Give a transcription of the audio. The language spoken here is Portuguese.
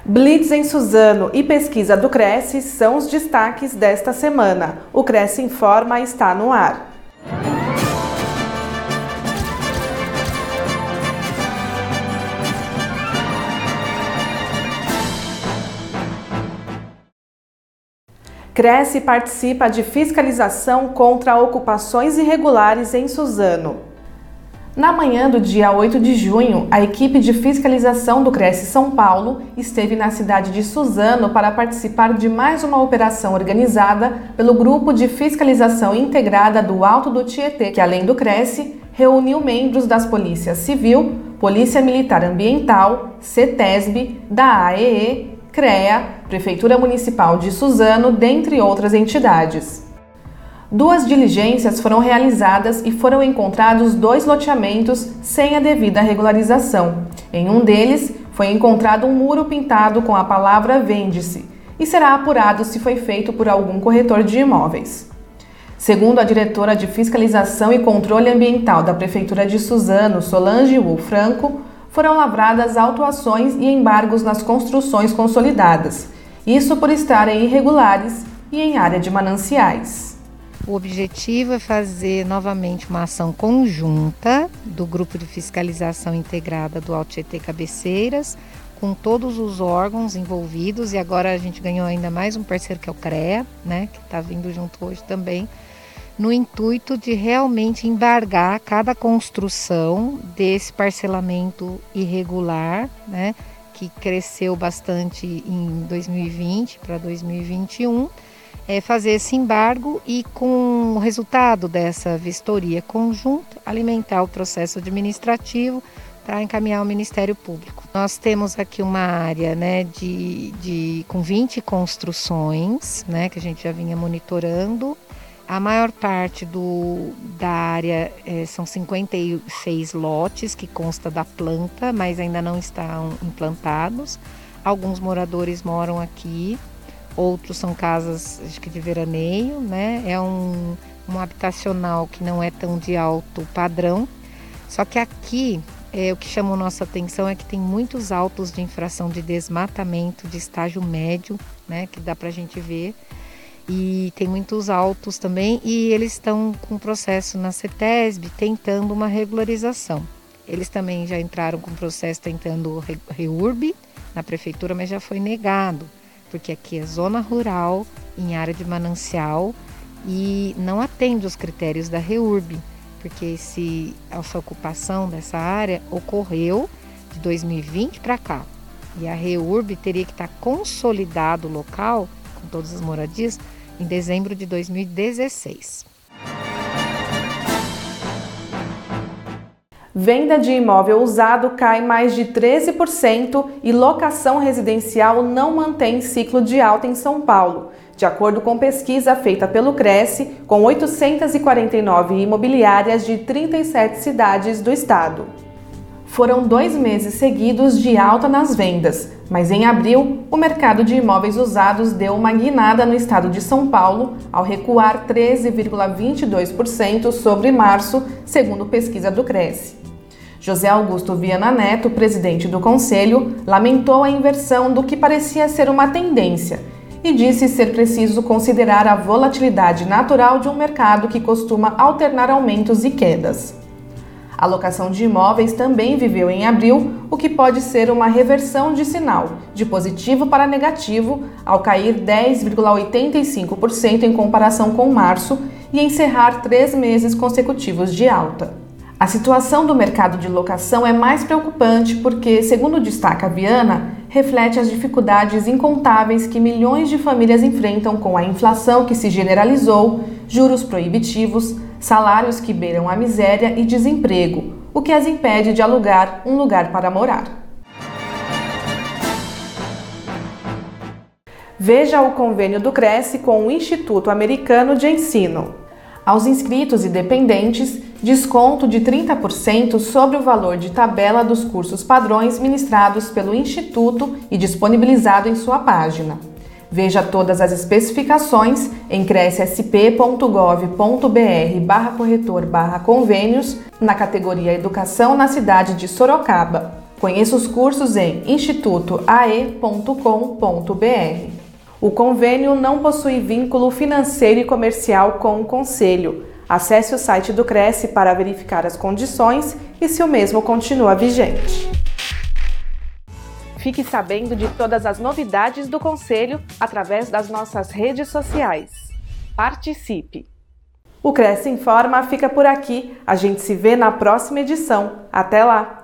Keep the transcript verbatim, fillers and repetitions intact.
Blitz em Suzano e pesquisa do Cresce são os destaques desta semana. O Cresce Informa está no ar. Cresce participa de fiscalização contra ocupações irregulares em Suzano. Na manhã do dia oito de junho, a equipe de fiscalização do Cresce São Paulo esteve na cidade de Suzano para participar de mais uma operação organizada pelo Grupo de Fiscalização Integrada do Alto do Tietê, que além do Cresce, reuniu membros das Polícias Civil, Polícia Militar Ambiental, CETESB, da A E E, CREA, Prefeitura Municipal de Suzano, dentre outras entidades. Duas diligências foram realizadas e foram encontrados dois loteamentos sem a devida regularização. Em um deles, foi encontrado um muro pintado com a palavra vende-se e será apurado se foi feito por algum corretor de imóveis. Segundo a diretora de Fiscalização e Controle Ambiental da Prefeitura de Suzano, Solange Wu Franco, foram lavradas autuações e embargos nas construções consolidadas, isso por estarem irregulares e em área de mananciais. O objetivo é fazer novamente uma ação conjunta do Grupo de Fiscalização Integrada do Alto Tietê Cabeceiras, com todos os órgãos envolvidos, e agora a gente ganhou ainda mais um parceiro que é o CREA, né, que está vindo junto hoje também, no intuito de realmente embargar cada construção desse parcelamento irregular, né, que cresceu bastante em dois mil e vinte para dois mil e vinte e um, é fazer esse embargo e, com o resultado dessa vistoria conjunta, alimentar o processo administrativo para encaminhar ao Ministério Público. Nós temos aqui uma área, né, de, de, com vinte construções, né, que a gente já vinha monitorando. A maior parte do, da área é, são cinquenta e seis lotes que consta da planta, mas ainda não estão implantados. Alguns moradores moram aqui. Outros são casas, acho que de veraneio, né? É um, um habitacional que não é tão de alto padrão. Só que aqui, é, o que chamou nossa atenção é que tem muitos autos de infração de desmatamento de estágio médio, né? Que dá pra gente ver. E tem muitos autos também, e eles estão com processo na CETESB tentando uma regularização. Eles também já entraram com processo tentando REURB na prefeitura, mas já foi negado, porque aqui é zona rural, em área de manancial, e não atende os critérios da REURB, porque esse, essa ocupação dessa área ocorreu de dois mil e vinte para cá. E a REURB teria que estar consolidado o local, com todas as moradias, em dezembro de dois mil e dezesseis. Venda de imóvel usado cai mais de treze por cento e locação residencial não mantém ciclo de alta em São Paulo, de acordo com pesquisa feita pelo Cresce, com oitocentas e quarenta e nove imobiliárias de trinta e sete cidades do estado. Foram dois meses seguidos de alta nas vendas, mas em abril, o mercado de imóveis usados deu uma guinada no estado de São Paulo, ao recuar treze vírgula vinte e dois por cento sobre março, segundo pesquisa do Cresce. José Augusto Viana Neto, presidente do Conselho, lamentou a inversão do que parecia ser uma tendência e disse ser preciso considerar a volatilidade natural de um mercado que costuma alternar aumentos e quedas. A locação de imóveis também viveu em abril, o que pode ser uma reversão de sinal, de positivo para negativo, ao cair dez vírgula oitenta e cinco por cento em comparação com março e encerrar três meses consecutivos de alta. A situação do mercado de locação é mais preocupante porque, segundo destaca Viana, reflete as dificuldades incontáveis que milhões de famílias enfrentam com a inflação que se generalizou, juros proibitivos, salários que beiram a miséria e desemprego, o que as impede de alugar um lugar para morar. Veja o convênio do Cresce com o Instituto Americano de Ensino. Aos inscritos e dependentes, desconto de trinta por cento sobre o valor de tabela dos cursos padrões ministrados pelo Instituto e disponibilizado em sua página. Veja todas as especificações em crescsp ponto gov ponto br barra corretor barra convênios na categoria Educação na cidade de Sorocaba. Conheça os cursos em instituto a e ponto com ponto b r. O convênio não possui vínculo financeiro e comercial com o Conselho. Acesse o site do Cresce para verificar as condições e se o mesmo continua vigente. Fique sabendo de todas as novidades do Conselho através das nossas redes sociais. Participe! O Cresce Informa fica por aqui. A gente se vê na próxima edição. Até lá!